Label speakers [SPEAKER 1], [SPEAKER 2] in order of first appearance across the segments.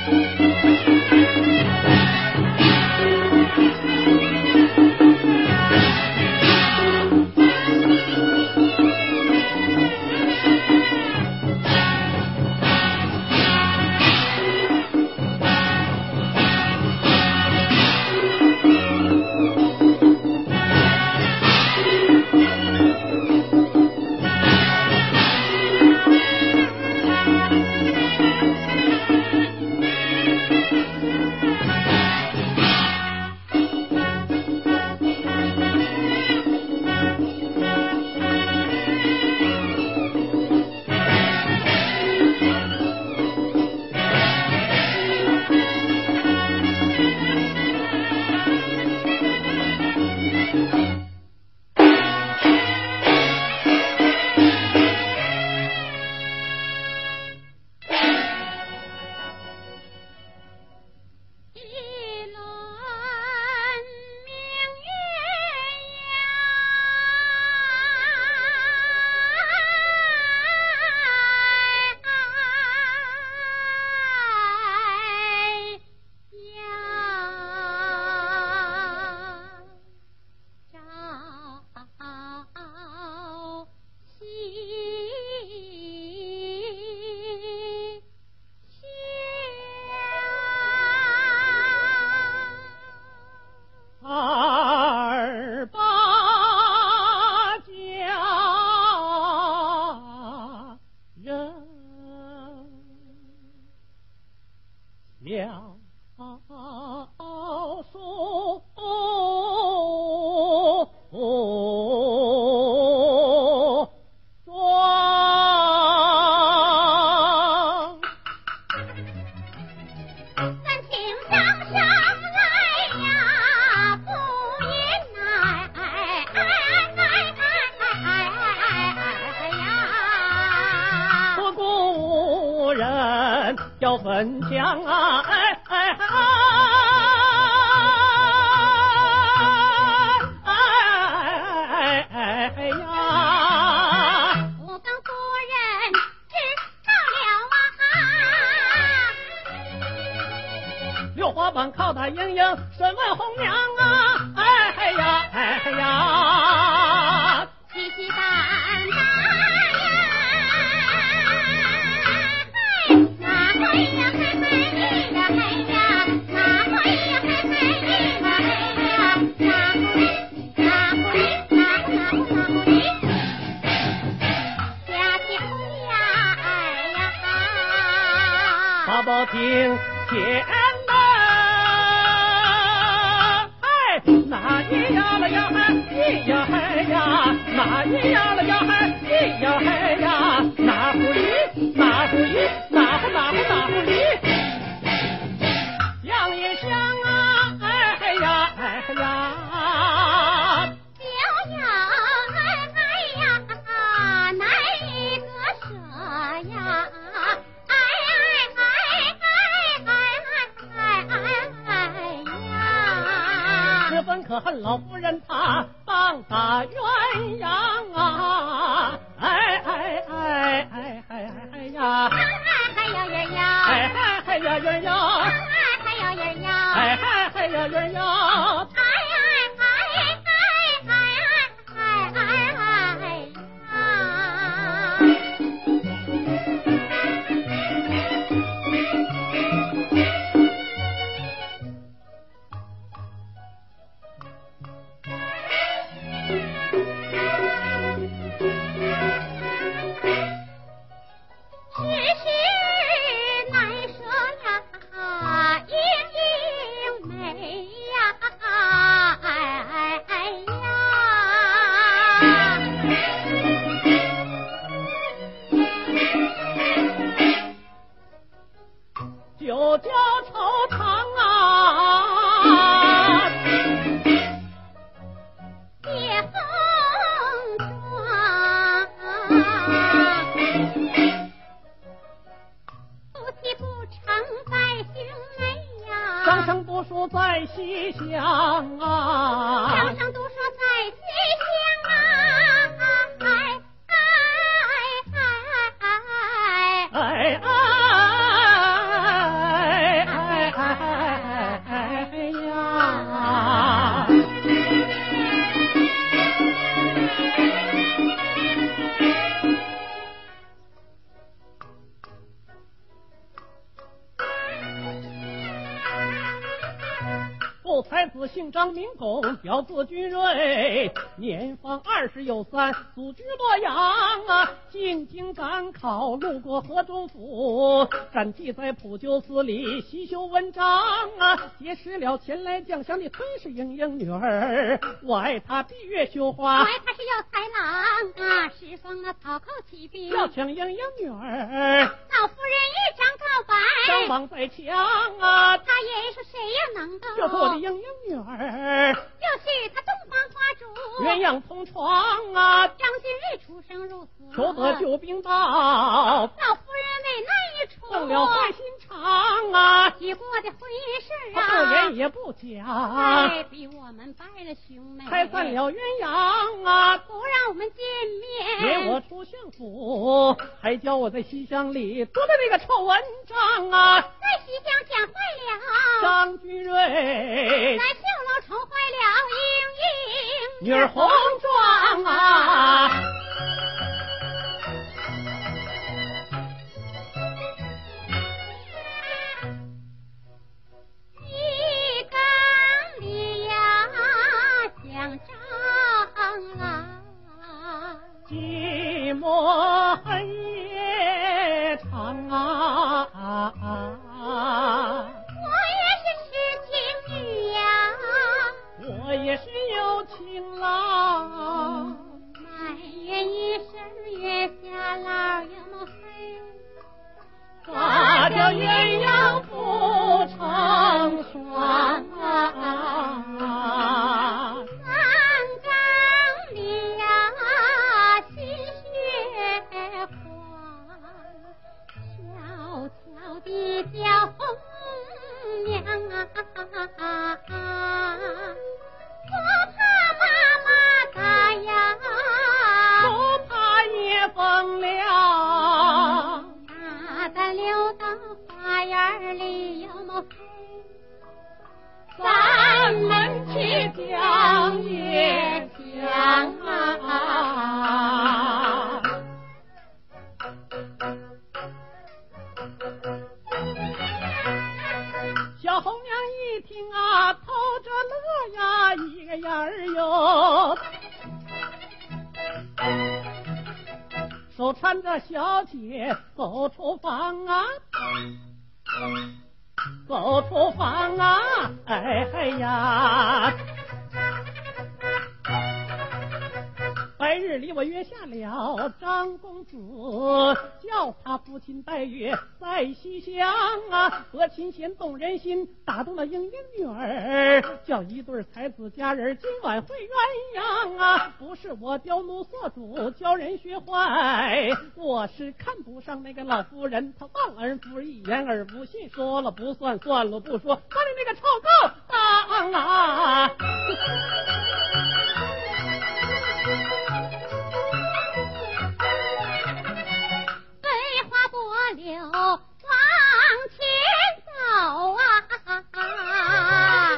[SPEAKER 1] 要分享啊，
[SPEAKER 2] 我跟夫人知道了啊，
[SPEAKER 1] 六花板靠他盈盈，身为红娘啊，
[SPEAKER 2] 喜喜淡淡。
[SPEAKER 1] 报听天门，那咿呀了呀咿呀嘿呀，那咿呀了呀咿呀嘿呀，那呼咿那呼咿那呼那呼那呼咿，杨叶香啊，可恨老夫人她棒打鸳鸯啊！呀！就叫朝堂啊，
[SPEAKER 2] 夜风壮，夫妻不成在兄妹呀，
[SPEAKER 1] 张生读书在西厢啊，
[SPEAKER 2] 张生读书在西厢啊，
[SPEAKER 1] 才子姓张名公，表字君瑞，年方20有3，祖居洛阳啊。进京赶考，路过河中府，暂寄在普救寺里习修文章啊。结识了前来将相的崔氏英英女儿，我爱她闭月羞花，
[SPEAKER 2] 我爱她是有才郎啊，侍奉那曹寇骑兵，
[SPEAKER 1] 要抢英英女儿，
[SPEAKER 2] 老夫人一张告白，
[SPEAKER 1] 张望在墙啊。
[SPEAKER 2] 他也说谁又能够，
[SPEAKER 1] 就是我的英英女儿，
[SPEAKER 2] 就是他东方花烛，
[SPEAKER 1] 鸳鸯同床啊。
[SPEAKER 2] 张君瑞出生入死，
[SPEAKER 1] 求得救兵到，
[SPEAKER 2] 老夫人为那一出，
[SPEAKER 1] 动了坏心肠啊。
[SPEAKER 2] 许过的婚事
[SPEAKER 1] 他
[SPEAKER 2] 啊，
[SPEAKER 1] 不言也不讲，
[SPEAKER 2] 还逼我们拜了兄妹，
[SPEAKER 1] 拆散了鸳鸯啊。
[SPEAKER 2] 不让我们见面，
[SPEAKER 1] 给我出相府，还叫我在西厢里读的那个臭文章啊。
[SPEAKER 2] 在西厢讲坏了
[SPEAKER 1] 张君瑞，
[SPEAKER 2] 咱绣楼宠坏了英英
[SPEAKER 1] 女儿红妆啊。
[SPEAKER 2] 一缸里呀像蟑螂，
[SPEAKER 1] 寂寞黑夜长啊。
[SPEAKER 2] 我也是痴情女呀，
[SPEAKER 1] 我也是有情郎，
[SPEAKER 2] 埋怨一生月下老有么黑，
[SPEAKER 1] 咋叫鸳鸯不成双啊。
[SPEAKER 2] 三缸里呀心血黄，悄悄地叫红娘啊，不怕妈妈打呀，
[SPEAKER 1] 不怕夜风凉，
[SPEAKER 2] 大胆溜到花园里有么黑，
[SPEAKER 1] 咱们去讲也讲啊。小红娘一听啊，偷着乐呀，一个眼儿哟，手搀着小姐走出房啊，走出房啊，哎嘿呀。白日里我约下了张公子，叫他父亲带月在西厢啊，和琴弦动人心，打动了英英女儿，叫一对才子佳人今晚会鸳鸯啊。不是我雕奴做主，教人学坏，我是看不上那个老夫人，她忘恩负义，言而不信，说了不算，算了不说，把你那个臭狗当啊。
[SPEAKER 2] 飞花波流往前走啊，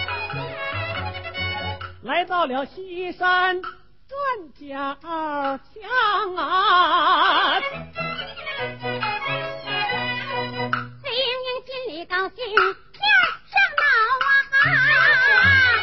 [SPEAKER 1] 来到了西山转角墙啊。
[SPEAKER 2] 崔莺莺心里高兴，天上闹啊，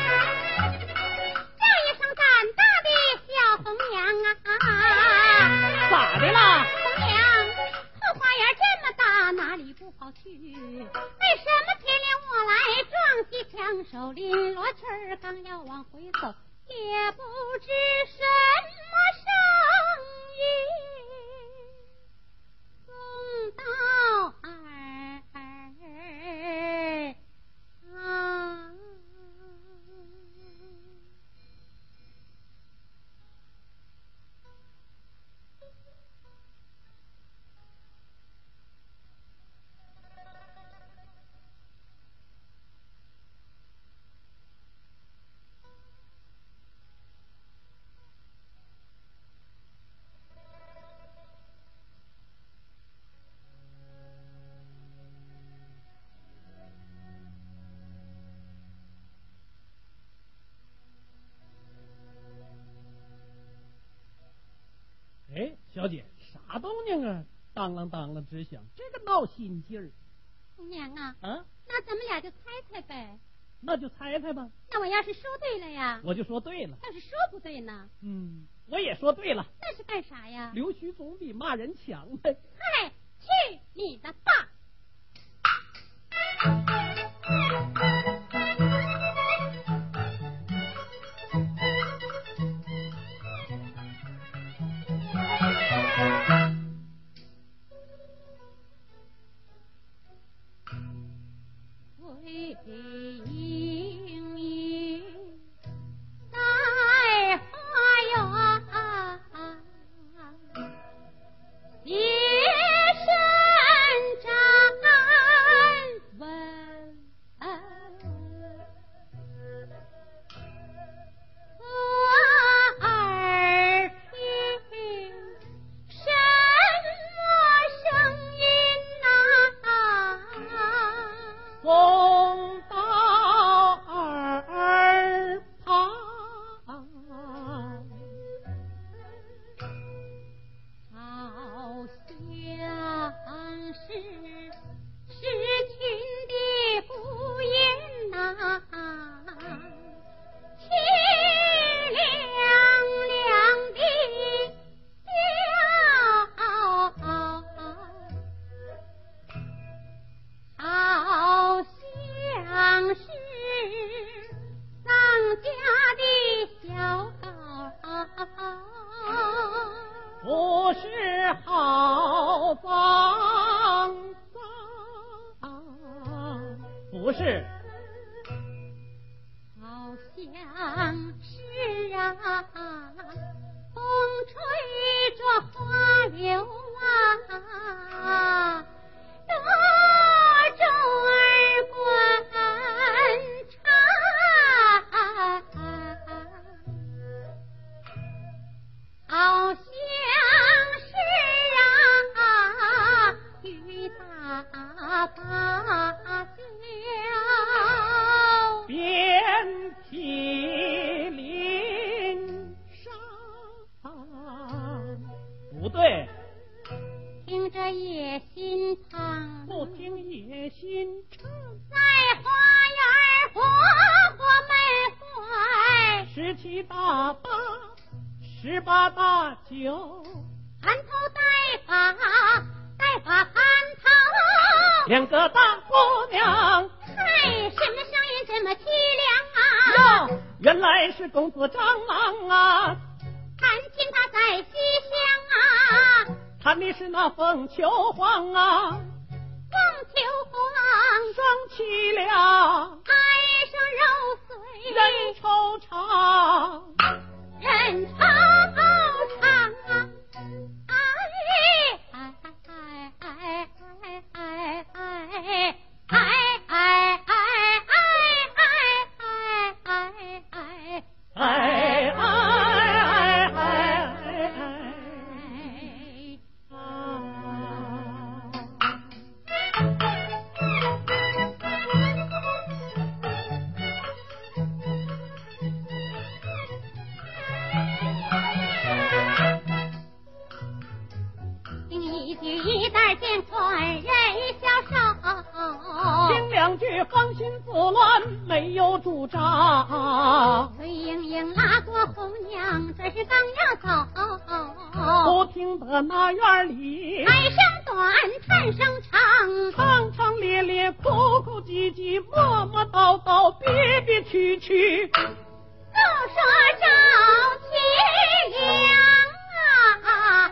[SPEAKER 2] 叫一声胆大的小红娘啊，
[SPEAKER 1] 咋的啦？
[SPEAKER 2] 红娘，后花园这么大，哪里不好去？为什么偏连我来撞西墙？手里罗裙儿刚要往回走，也不知什么声音送到耳啊。
[SPEAKER 1] 哎，小姐，啥动静啊？当啷当啷直响，这个闹心劲儿
[SPEAKER 2] 红娘啊，
[SPEAKER 1] 啊！
[SPEAKER 2] 那咱们俩就猜猜呗。
[SPEAKER 1] 那就猜猜吧。
[SPEAKER 2] 那我要是说对了呀，
[SPEAKER 1] 我就说对了。
[SPEAKER 2] 要是说不对呢？
[SPEAKER 1] 我也说对了。
[SPEAKER 2] 那是干啥呀？
[SPEAKER 1] 溜须总比骂人强呗。
[SPEAKER 2] 嗨，去你的吧！
[SPEAKER 1] 不是好脏脏，不是，
[SPEAKER 2] 好像是啊，风吹着花柳啊，得众儿观察，好像是啊，雨打芭蕉，
[SPEAKER 1] 遍体鳞伤。不对，
[SPEAKER 2] 听着也心疼，
[SPEAKER 1] 不听也心疼。
[SPEAKER 2] 在花园活活闷坏
[SPEAKER 1] 17大八，18大九，
[SPEAKER 2] 盘头带把盘头，
[SPEAKER 1] 两个大姑娘。
[SPEAKER 2] 嗨，什么声音这么凄凉啊？
[SPEAKER 1] 哟，原来是公子张郎啊！
[SPEAKER 2] 看见他在西厢啊，
[SPEAKER 1] 看的是那凤求凰啊，
[SPEAKER 2] 凤求凰
[SPEAKER 1] 双凄凉，
[SPEAKER 2] 爱上肉碎
[SPEAKER 1] 人惆怅，
[SPEAKER 2] 人惆怅啊！一代见款人消瘦，
[SPEAKER 1] 听2句芳心自乱，没有主张。
[SPEAKER 2] 崔莺莺拉过红娘，这是刚要走，
[SPEAKER 1] 不听得那院里
[SPEAKER 2] 喊声短，叹声长，
[SPEAKER 1] 唱唱咧咧，哭哭唧唧，磨磨叨叨，憋憋屈屈，
[SPEAKER 2] 都说赵齐梁啊，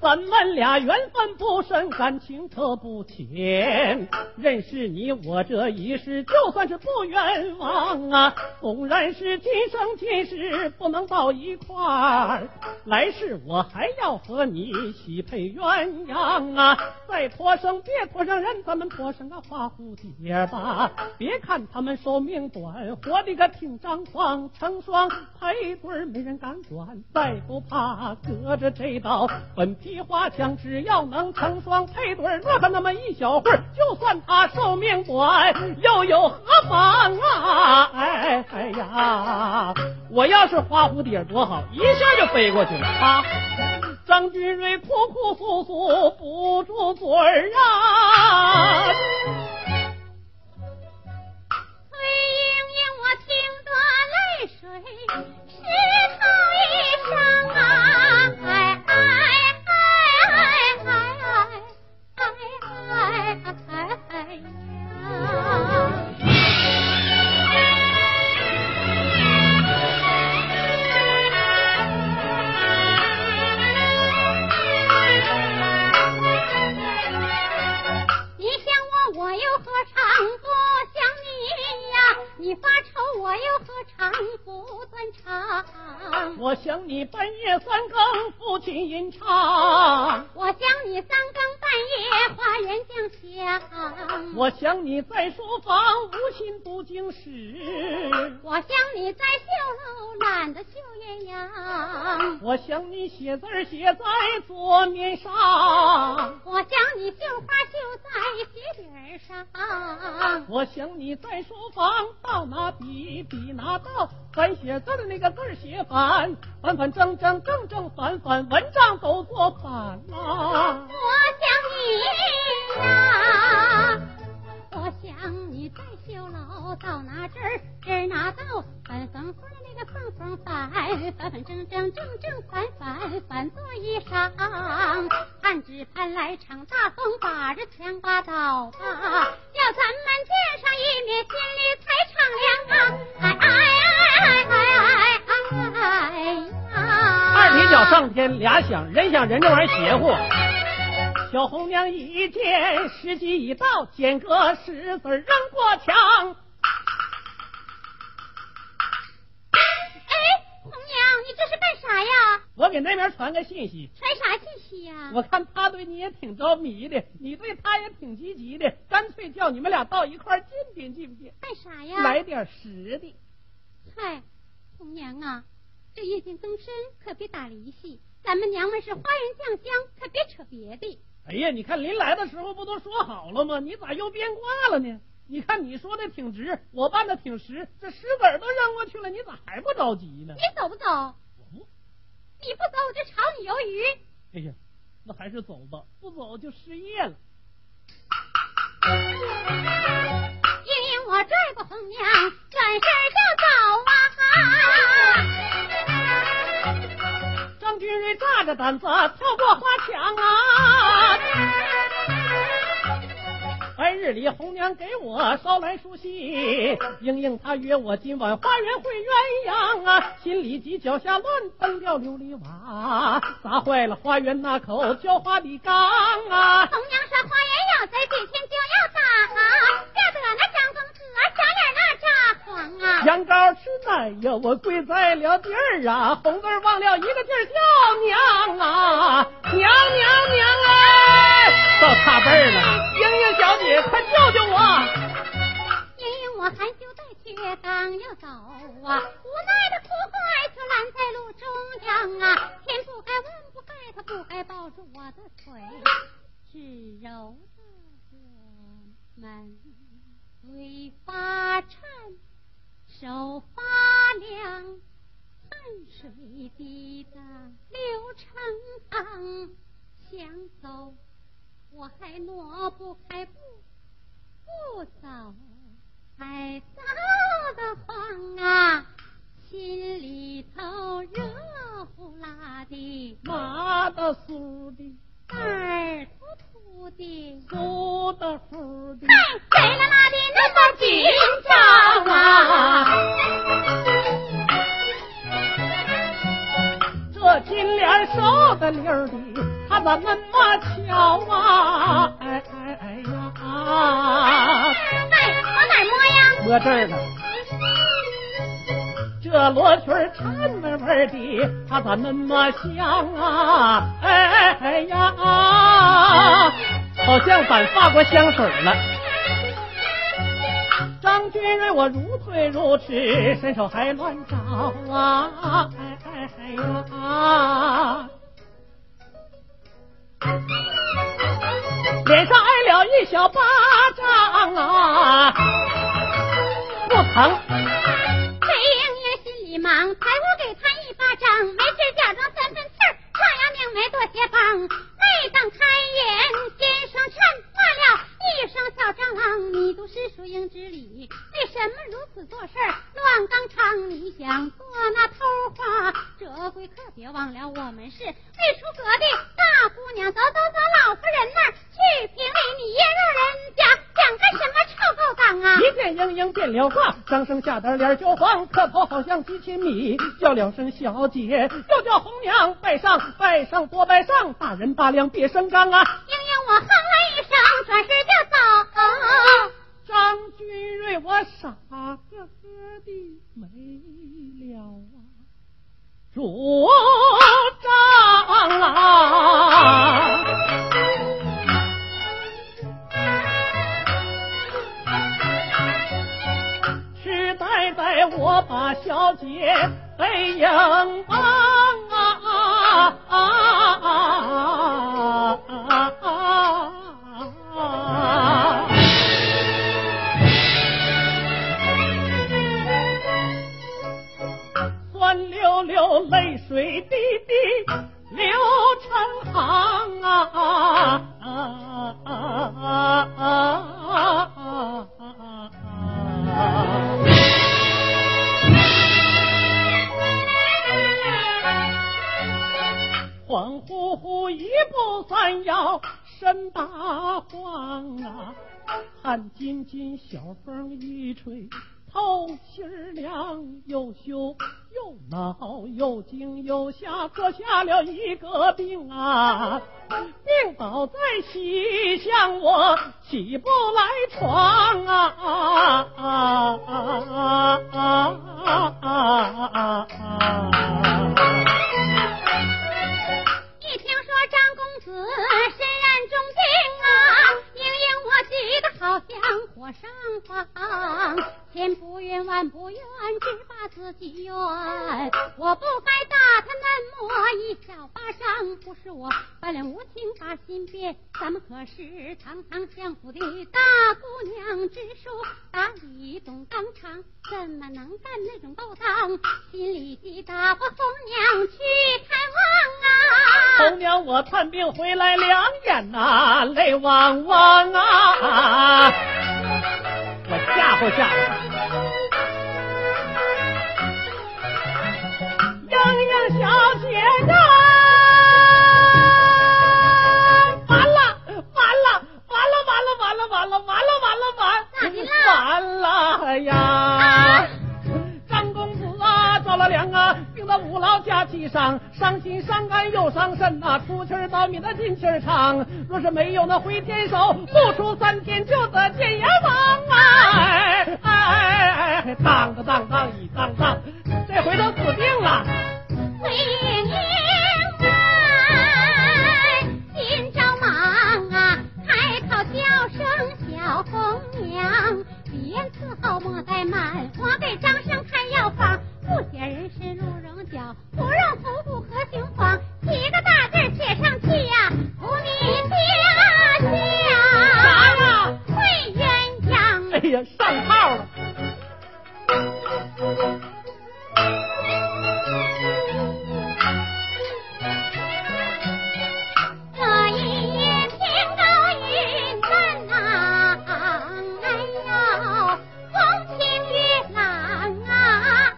[SPEAKER 1] 咱们俩缘分不深，感情可不浅。认识你我这一世，就算是不冤枉啊。纵然是今生今世不能到一块儿，来世我还要和你喜配鸳鸯啊。再托生别托生人，咱们托生个花蝴蝶吧。别看他们寿命短，活的个挺张狂，成双配对没人敢管。再不怕隔着这道粉皮花墙，只要能成双配对，若可那么一小会儿，就算他寿命短，又有何妨啊？哎呀，我要是花蝴蝶多好，一下就飞过去了啊！张君瑞哭哭诉诉不住嘴儿啊！
[SPEAKER 2] 崔莺莺，我听得泪水湿透衣裳啊！哎哎哎哎哎哎哎哎呀！我又何尝不想你呀？你发愁我又何尝不断肠？
[SPEAKER 1] 我想你半夜三更抚琴吟唱，
[SPEAKER 2] 我想你三更半夜花园将香，
[SPEAKER 1] 我想你在书房无心读经史，
[SPEAKER 2] 我想你在绣楼懒得绣鸳鸯，
[SPEAKER 1] 我想你写字写在桌面上，
[SPEAKER 2] 我想你绣花绣在鞋底上，
[SPEAKER 1] 我想你在书房到拿笔，笔拿到咱写字的那个字写反，反反正正正正反反，文章都做反了。
[SPEAKER 2] 我想你呀，我想你在绣楼到拿针儿，针儿拿到反反缝的那个缝缝反，反反正正正正反反反做衣裳，盼只盼来场大风把这枪把刀把，要咱们见上一面心里才敞亮啊！哎哎哎哎哎哎！
[SPEAKER 1] 二踢脚上天，俩响，人想人这玩意儿邪乎。小红娘一见时机已到，捡个石子扔过墙。
[SPEAKER 2] 红娘，你这是干啥呀？
[SPEAKER 1] 我给那边传个信息。
[SPEAKER 2] 传啥信息呀？
[SPEAKER 1] 我看他对你也挺着迷的，你对他也挺积极的，干脆叫你们俩到一块儿近点近点。
[SPEAKER 2] 干啥呀？
[SPEAKER 1] 来点实的。
[SPEAKER 2] 嗨，红娘啊，这夜间更深可别打离戏，咱们娘们是花园酱香，可别扯别的。
[SPEAKER 1] 哎呀，你看临来的时候不都说好了吗？你咋又变卦了呢？你看你说的挺直，我办的挺实，这石子儿都扔过去了，你咋还不着急呢？
[SPEAKER 2] 你走不走？你不走我就炒你鱿鱼。
[SPEAKER 1] 哎呀，那还是走吧，不走就失业了。
[SPEAKER 2] 莺莺我拽过红娘，转身就走啊！
[SPEAKER 1] 张君瑞炸着胆子跳过花墙啊！白日里红娘给我捎来书信，莺莺她约我今晚花园会鸳鸯啊，心里急脚下乱蹬掉琉璃瓦，砸坏了花园那口浇花的缸啊！
[SPEAKER 2] 红娘说花园要在几天就要打，要得那张公子小脸那扎黄啊！
[SPEAKER 1] 羊羔吃奶呀，我跪在了地儿啊，红字忘了一个劲儿叫娘啊，娘娘娘哎，到差辈儿了，莺莺小姐快救救我！
[SPEAKER 2] 莺莺我含羞带却刚要走啊，无奈的哭坏就拦在路中央啊，天不该万不该，他不该抱住我的腿，只揉着我们嘴发颤，手发凉，汗水滴得流成汤，想走我还挪不开步，不走还臊得慌啊，心里头热乎辣的，
[SPEAKER 1] 麻的酥的，
[SPEAKER 2] 胆儿突突的，
[SPEAKER 1] 酥的乎的，
[SPEAKER 2] 谁了辣的那么紧张啊？
[SPEAKER 1] 这金莲瘦的溜的，他他咋那么巧啊？哎哎哎呀！
[SPEAKER 2] 哎，往哪摸呀？
[SPEAKER 1] 摸这儿了。这罗裙缠味味的，它咋那么香啊？哎哎呀！好像反发过香水了。张君瑞，我如推如迟，伸手还乱找啊！哎哎哎呀！脸上挨了一小巴掌啊，不疼。
[SPEAKER 2] 崔莺莺心里忙，才我给他一巴掌，没事假装三分气儿，壮阳命没多些帮。没等开眼，先生趁骂了一声小蟑螂，你都是输赢之理，为什么如此做事乱纲常？你想做那偷花，这贵客别忘了我们是未出阁的大姑娘，走走走，老夫人那儿去评理，你也入人家，想干什么臭勾当啊？
[SPEAKER 1] 一见莺莺变了话，张生吓得脸就黄，磕头好像几千米，叫了声小姐，又叫红娘拜上，拜上多拜上，大人大量别声张啊！
[SPEAKER 2] 莺莺我哼了一声，转身就走。
[SPEAKER 1] 张君瑞，我傻呵呵的没了啊，主张啊！痴呆呆，我把小姐背影帮酸溜溜，泪水滴滴流成行恍惚惚一步三摇身大晃啊，汗津津小风一吹透心凉，又羞又恼又惊又吓，坐下了一个病啊，病倒在西厢，我起不来床
[SPEAKER 2] 一听说张公子身染重病啊，莺莺我急得好像火上放，千不怨万不怨，只把自己怨。我不该打他那么一小巴掌，不是我翻脸无情把心变，咱们可是堂堂相府的大姑娘之术，打理懂当场，怎么能干那种勾当？心里急打我红娘去开望啊！
[SPEAKER 1] 红娘，我探病回来两眼呐，泪汪汪啊！我吓唬吓唬他。莺莺小姐呀，完了完了完了完了完了完了完了完了完！
[SPEAKER 2] 咋的了？
[SPEAKER 1] 完了呀！张公子啊，着了凉啊，病到五劳假期上，伤心伤肝又伤肾呐，出气倒米的进气长。若是没有那回天手，不出3天就得见阎王啊！哎，当当当当一当当，这回都死定了。
[SPEAKER 2] 崔莺莺啊，心着忙啊，开口叫声小红娘，别伺候莫怠慢，我给张生开药方，不写人参鹿茸角，不用腹部和雄黄，7个大字写上去呀，扶你家
[SPEAKER 1] 啥
[SPEAKER 2] 乡
[SPEAKER 1] 了？
[SPEAKER 2] 会鸳鸯。
[SPEAKER 1] 哎呀，上套了。
[SPEAKER 2] 这一夜天高云淡呐，哎呦，风轻月朗啊，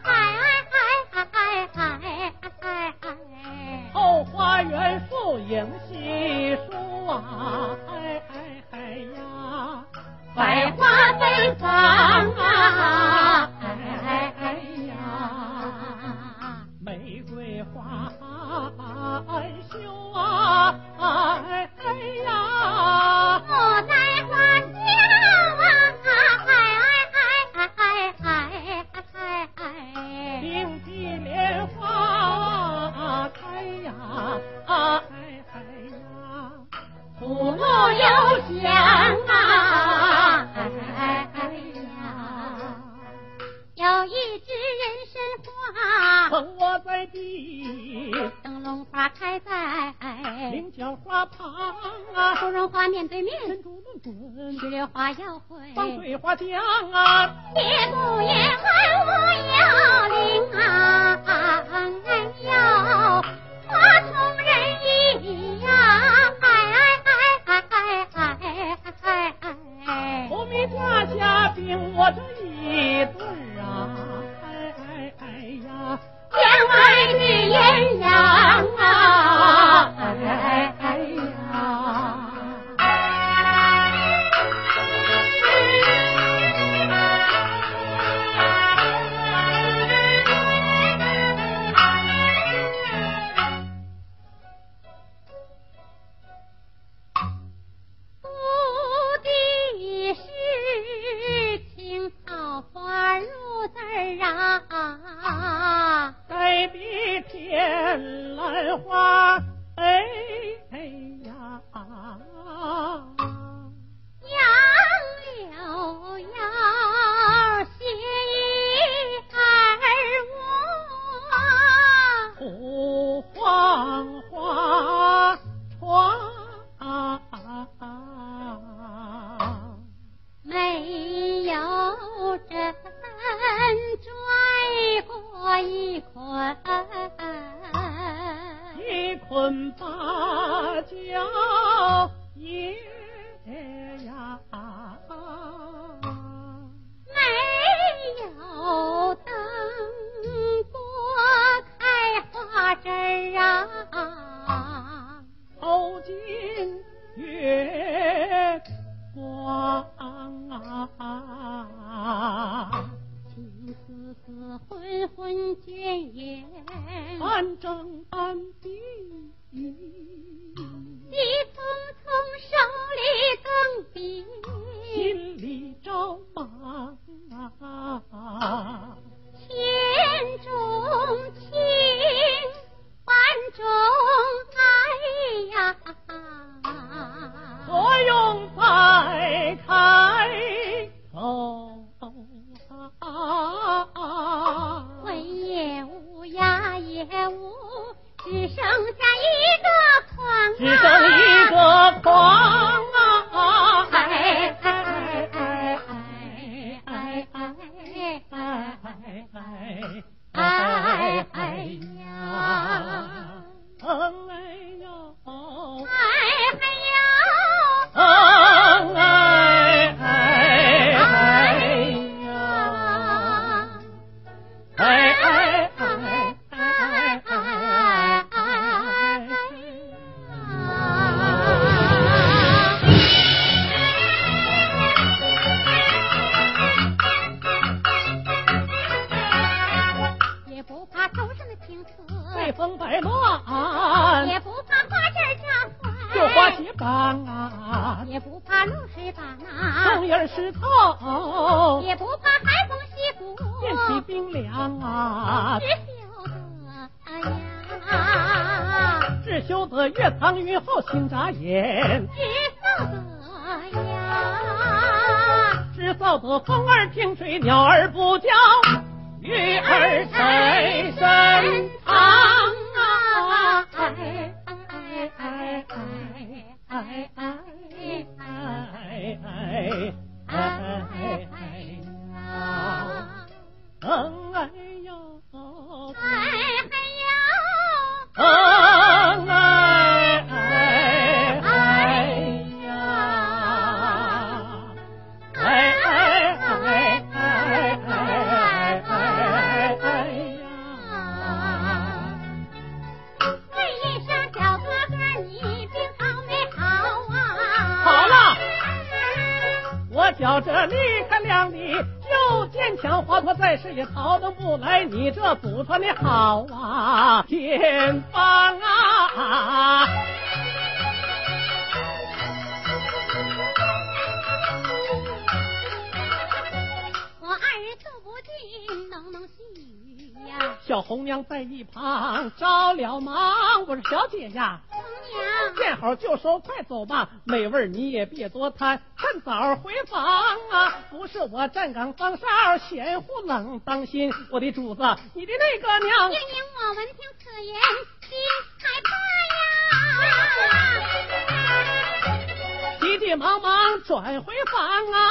[SPEAKER 1] 后花园树影稀疏啊，呀，
[SPEAKER 2] 百花芬芳啊，
[SPEAKER 1] 玫瑰花羞啊， 落在地，
[SPEAKER 2] 灯笼花开在
[SPEAKER 1] 菱角花旁啊，
[SPEAKER 2] 芙蓉花面对面，
[SPEAKER 1] 珍珠轮滚，
[SPEAKER 2] 石榴花摇回，
[SPEAKER 1] 放桂花江啊，
[SPEAKER 2] 别不言喊我要领啊，人要花同人意呀，
[SPEAKER 1] 红米家下饼我这一对儿啊，呀，
[SPEAKER 2] 将来的艳阳啊，
[SPEAKER 1] 该比天兰花，哎呀，
[SPEAKER 2] 杨柳要写一二
[SPEAKER 1] 五黄花窗，
[SPEAKER 2] 没有针拽过一捆，
[SPEAKER 1] 一捆芭蕉叶呀，
[SPEAKER 2] 没有等过开花枝啊，
[SPEAKER 1] 透进月光啊，
[SPEAKER 2] 情丝丝昏昏倦眼，
[SPEAKER 1] 半睁半闭，
[SPEAKER 2] 急匆匆手里更笔，
[SPEAKER 1] 心里着忙啊，
[SPEAKER 2] 千种情，万种爱呀，
[SPEAKER 1] 作用在开口
[SPEAKER 2] 文也无，雅也无，只剩下一个框，
[SPEAKER 1] 只剩一个框啊！
[SPEAKER 2] 哎呀，
[SPEAKER 1] 疼哎呦，
[SPEAKER 2] 哎呀，
[SPEAKER 1] 疼哎呀，
[SPEAKER 2] 也不怕头上的青丝，
[SPEAKER 1] 被风摆乱，
[SPEAKER 2] 也不怕花枝扎
[SPEAKER 1] 就花
[SPEAKER 2] 坏，
[SPEAKER 1] 鞋帮啊，
[SPEAKER 2] 也不怕露水把那，
[SPEAKER 1] 冬叶湿透，
[SPEAKER 2] 也不怕海风袭骨，
[SPEAKER 1] 天气冰凉啊，只羞得月藏云后心眨眼，只臊得风儿停吹，鸟儿不叫，鱼儿深深藏啊！疼哎呦，疼叫这离开两里，就坚强华佗，在世也逃得不来。你这祖传的好啊，天方啊！
[SPEAKER 2] 我二人走不进，浓浓细雨呀。
[SPEAKER 1] 小红娘在一旁着了忙，我说小姐呀，
[SPEAKER 2] 红娘
[SPEAKER 1] 见好就收，快走吧。美味你也别多贪，趁早回房啊！不是我站岗放哨，闲乎冷，当心我的主子，你的那个娘。
[SPEAKER 2] 英英我闻听此言，心害怕呀，
[SPEAKER 1] 急急忙忙转回房啊！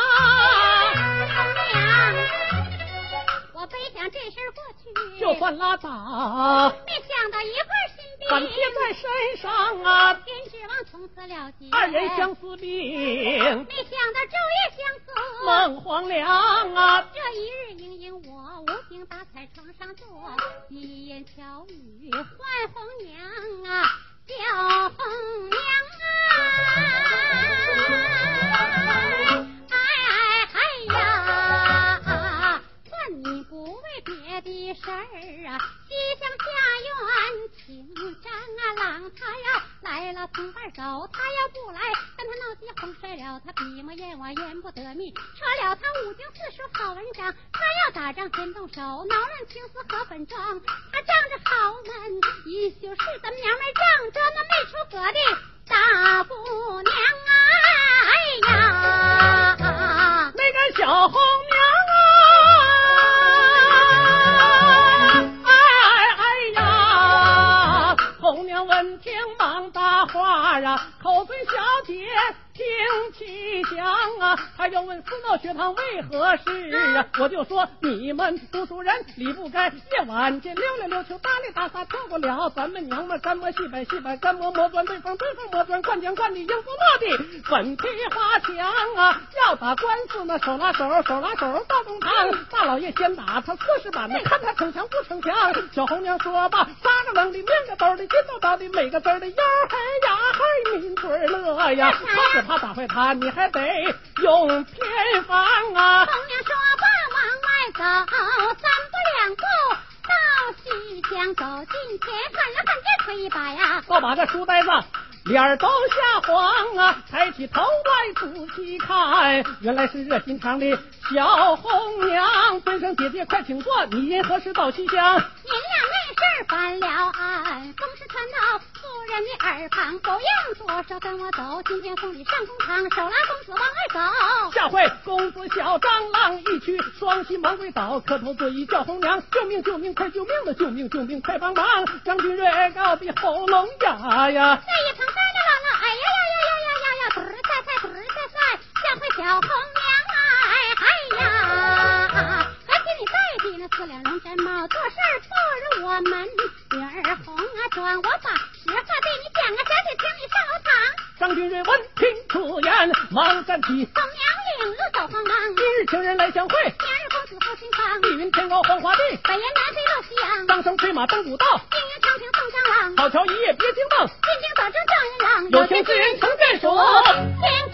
[SPEAKER 2] 娘，我背想这事过去，
[SPEAKER 1] 就算拉倒，
[SPEAKER 2] 没想到一块心病
[SPEAKER 1] 反贴在身上啊！
[SPEAKER 2] 天指望从此了结，
[SPEAKER 1] 二人相思病，
[SPEAKER 2] 没想到昼夜相思
[SPEAKER 1] 梦黄粱啊！
[SPEAKER 2] 这一日英英我无精打采床上坐，一言巧语唤红娘啊，叫红娘啊！哎呀，算你不为别的事儿啊，西厢下院请张啊郎，他要来了从伴走，他要不来跟他闹急哄摔了，他闭目眼我言不得密，撤了他五经四书好文章，他要打仗先动手，恼乱青丝河粉妆，他仗着豪门一宿是咱们娘们仗着那没出阁的大姑娘啊！哎呀，
[SPEAKER 1] 那个小红娘啊！哎呀，红娘闻听忙搭话啊，口尊小姐听其详啊，他又问私闹学堂为何事啊？我就说你们读书人理不该夜晚间溜来溜去，打里打撒跳过了咱们娘们干摸戏摆戏摆，干摸磨钻对方磨钻，灌浆灌地应付落地粉皮花墙啊！要打官司呢，手拉手到公堂，大老爷先打他40板的，看他逞强不逞强。小红娘说吧，撒个冷的面个兜的金豆刀的每个字的吆嘿呀嘿抿嘴乐呀，怕打坏他你还得用偏方啊！
[SPEAKER 2] 红娘说吧，往外走3步2步到西厢，走近前喊了喊这腿一把呀，
[SPEAKER 1] 倒把这书呆子脸儿都吓黄啊！抬起头来仔细看，原来是热心肠的小红娘。尊声姐姐快请坐，你因何事到西厢？
[SPEAKER 2] 您俩那事儿翻了案，风势传到夫人的耳旁，狗样左手跟我走，今天送你上公堂，手拉公子往外走。
[SPEAKER 1] 下回公子小蟑螂一去，双膝忙跪倒，磕头作揖叫红娘，救命救命快救命的，救命救命快帮忙！张君瑞高的喉咙哑呀，
[SPEAKER 2] 这一旁呆着姥姥，哎呀呀呀呀呀呀呀，墩儿在在，下回小红娘啊，哎呀，还给你戴的那4两龙毡帽，做事不如我们女儿红啊装，我把实话对你讲啊，小姐请你上楼堂。
[SPEAKER 1] 张君瑞闻听此言，忙站起，
[SPEAKER 2] 红娘领路走慌忙，
[SPEAKER 1] 今日情人来相会，
[SPEAKER 2] 明日公子赴新房，
[SPEAKER 1] 地云天高黄花地，
[SPEAKER 2] 北雁南飞落西洋，
[SPEAKER 1] 当声吹马登古道，
[SPEAKER 2] 金云长平送香郎，
[SPEAKER 1] 好桥一夜别惊梦，
[SPEAKER 2] 进京早征状元郎，
[SPEAKER 1] 有情之人成眷属。
[SPEAKER 2] 天